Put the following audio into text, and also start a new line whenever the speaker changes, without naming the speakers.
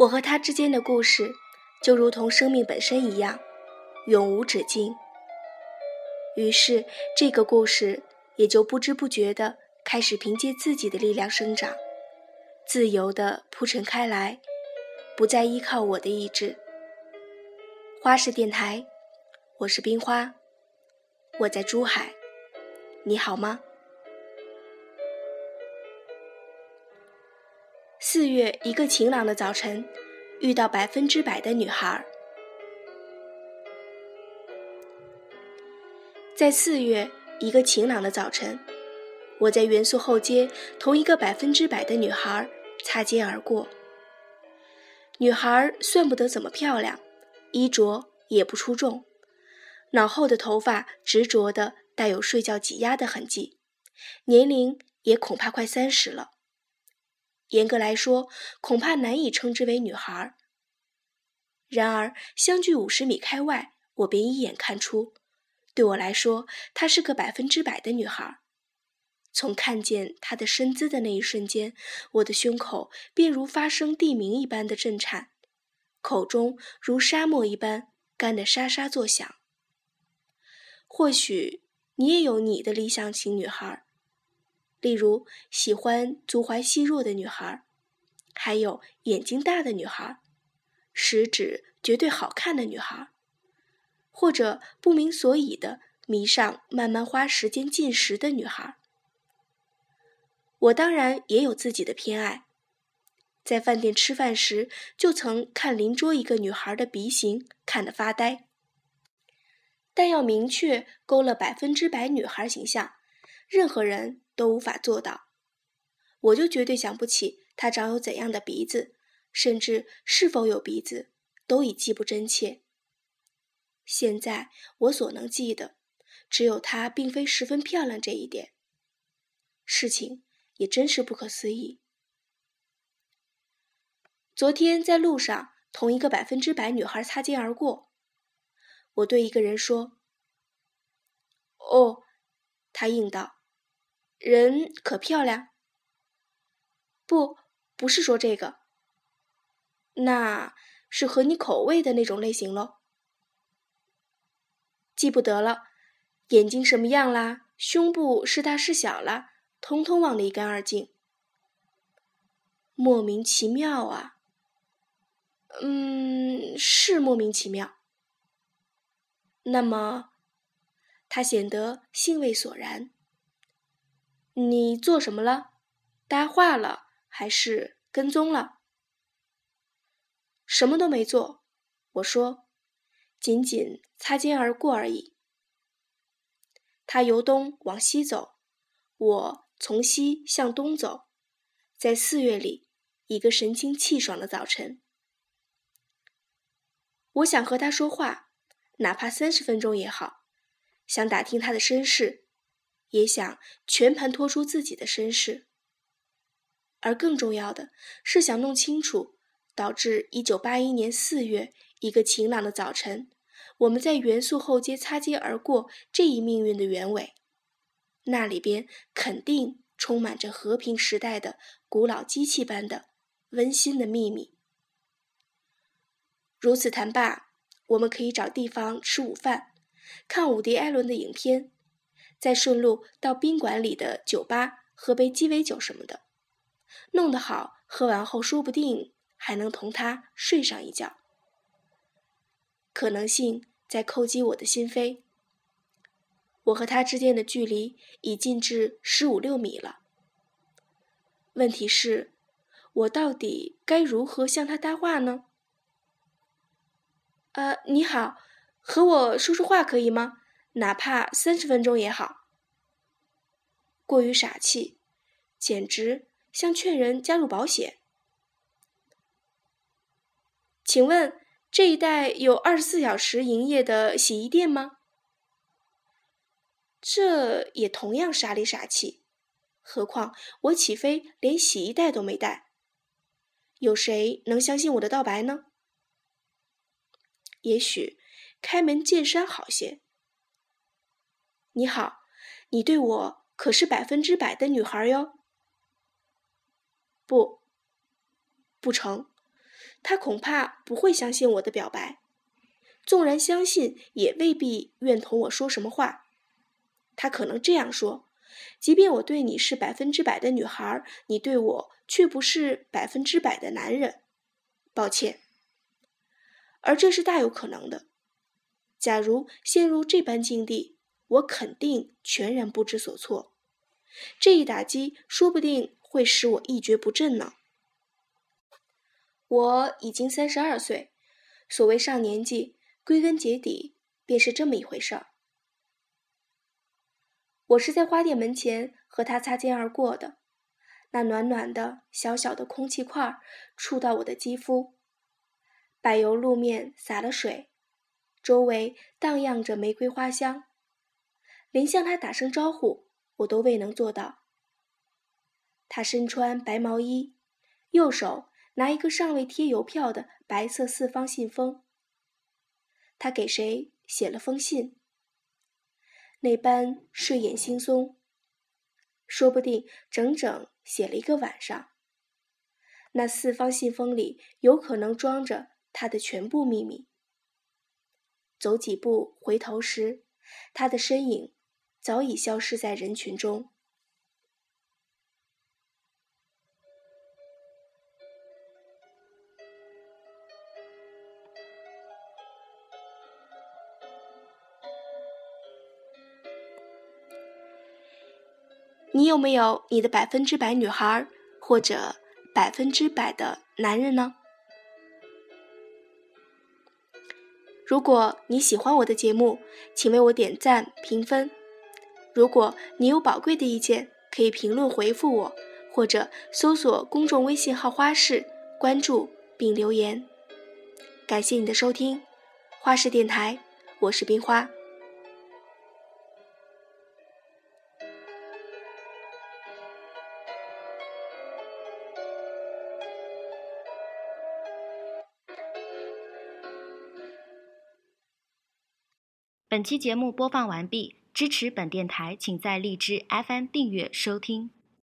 我和他之间的故事就如同生命本身一样，永无止境。于是这个故事也就不知不觉地开始凭借自己的力量生长，自由地铺陈开来，不再依靠我的意志。花式电台，我是冰花，我在珠海，你好吗？4月一个晴朗的早晨，遇到100%的女孩。在4月一个晴朗的早晨，我在元素后街同一个100%的女孩擦肩而过。女孩算不得怎么漂亮，衣着也不出众，脑后的头发执着的带有睡觉挤压的痕迹，年龄也恐怕快30了。严格来说，恐怕难以称之为女孩。然而相距50米开外，我便一眼看出，对我来说她是个100%的女孩。从看见她的身姿的那一瞬间，我的胸口便如发生地鸣一般的震颤，口中如沙漠一般干得沙沙作响。或许你也有你的理想型女孩，例如喜欢足踝细弱的女孩，还有眼睛大的女孩，食指绝对好看的女孩，或者不明所以的迷上慢慢花时间进食的女孩。我当然也有自己的偏爱，在饭店吃饭时就曾看邻桌一个女孩的鼻型看得发呆。但要明确勾勒100%女孩形象，任何人都无法做到。我就绝对想不起她长有怎样的鼻子，甚至是否有鼻子都已记不真切。现在我所能记的只有她并非十分漂亮这一点。事情也真是不可思议。昨天在路上同一个100%女孩擦肩而过，我对一个人说：哦，他应道，人可漂亮？不是说这个。那是合你口味的那种类型咯。记不得了，眼睛什么样啦，胸部是大是小啦，通通忘得一干二净。莫名其妙啊。是莫名其妙。那么他显得兴味索然。你做什么了？搭话了还是跟踪了？什么都没做，我说，仅仅擦肩而过而已。他由东往西走，我从西向东走，在4月里一个神清气爽的早晨。我想和他说话，哪怕30分钟也好，想打听他的身世，也想全盘托出自己的身世。而更重要的是想弄清楚导致1981年4月一个晴朗的早晨，我们在元素后街擦肩而过这一命运的原委。那里边肯定充满着和平时代的古老机器般的温馨的秘密。如此谈罢，我们可以找地方吃午饭，看伍迪·艾伦的影片，再顺路到宾馆里的酒吧喝杯鸡尾酒什么的。弄得好，喝完后说不定还能同他睡上一觉。可能性在叩击我的心扉。我和他之间的距离已近至15、16米了。问题是，我到底该如何向他搭话呢？你好，和我说说话可以吗？哪怕30分钟也好。过于傻气，简直像劝人加入保险。请问这一带有24小时营业的洗衣店吗？这也同样傻里傻气，何况我起飞连洗衣袋都没带。有谁能相信我的道白呢？也许开门见山好些。你好，你对我可是100%的女孩哟。不成， 他恐怕不会相信我的表白，纵然相信，也未必愿同我说什么话。他可能这样说：即便我对你是100%的女孩，你对我却不是100%的男人。抱歉。而这是大有可能的。假如陷入这般境地，我肯定全然不知所措。这一打击说不定会使我一蹶不振呢。我已经32岁，所谓上年纪，归根结底便是这么一回事儿。我是在花店门前和他擦肩而过的，那暖暖的小小的空气块触到我的肌肤，柏油路面洒了水，周围荡漾着玫瑰花香，连向他打声招呼我都未能做到。他身穿白毛衣，右手拿一个尚未贴邮票的白色四方信封。他给谁写了封信？那般睡眼惺忪，说不定整整写了一个晚上。那四方信封里有可能装着他的全部秘密。走几步回头时，他的身影早已消失在人群中。你有没有你的100%女孩，或者100%的男人呢？如果你喜欢我的节目，请为我点赞评分。如果你有宝贵的意见，可以评论回复我，或者搜索公众微信号花式，关注并留言。感谢你的收听，花式电台，我是冰花。
本期节目播放完毕，支持本电台请在荔枝 FM 订阅收听。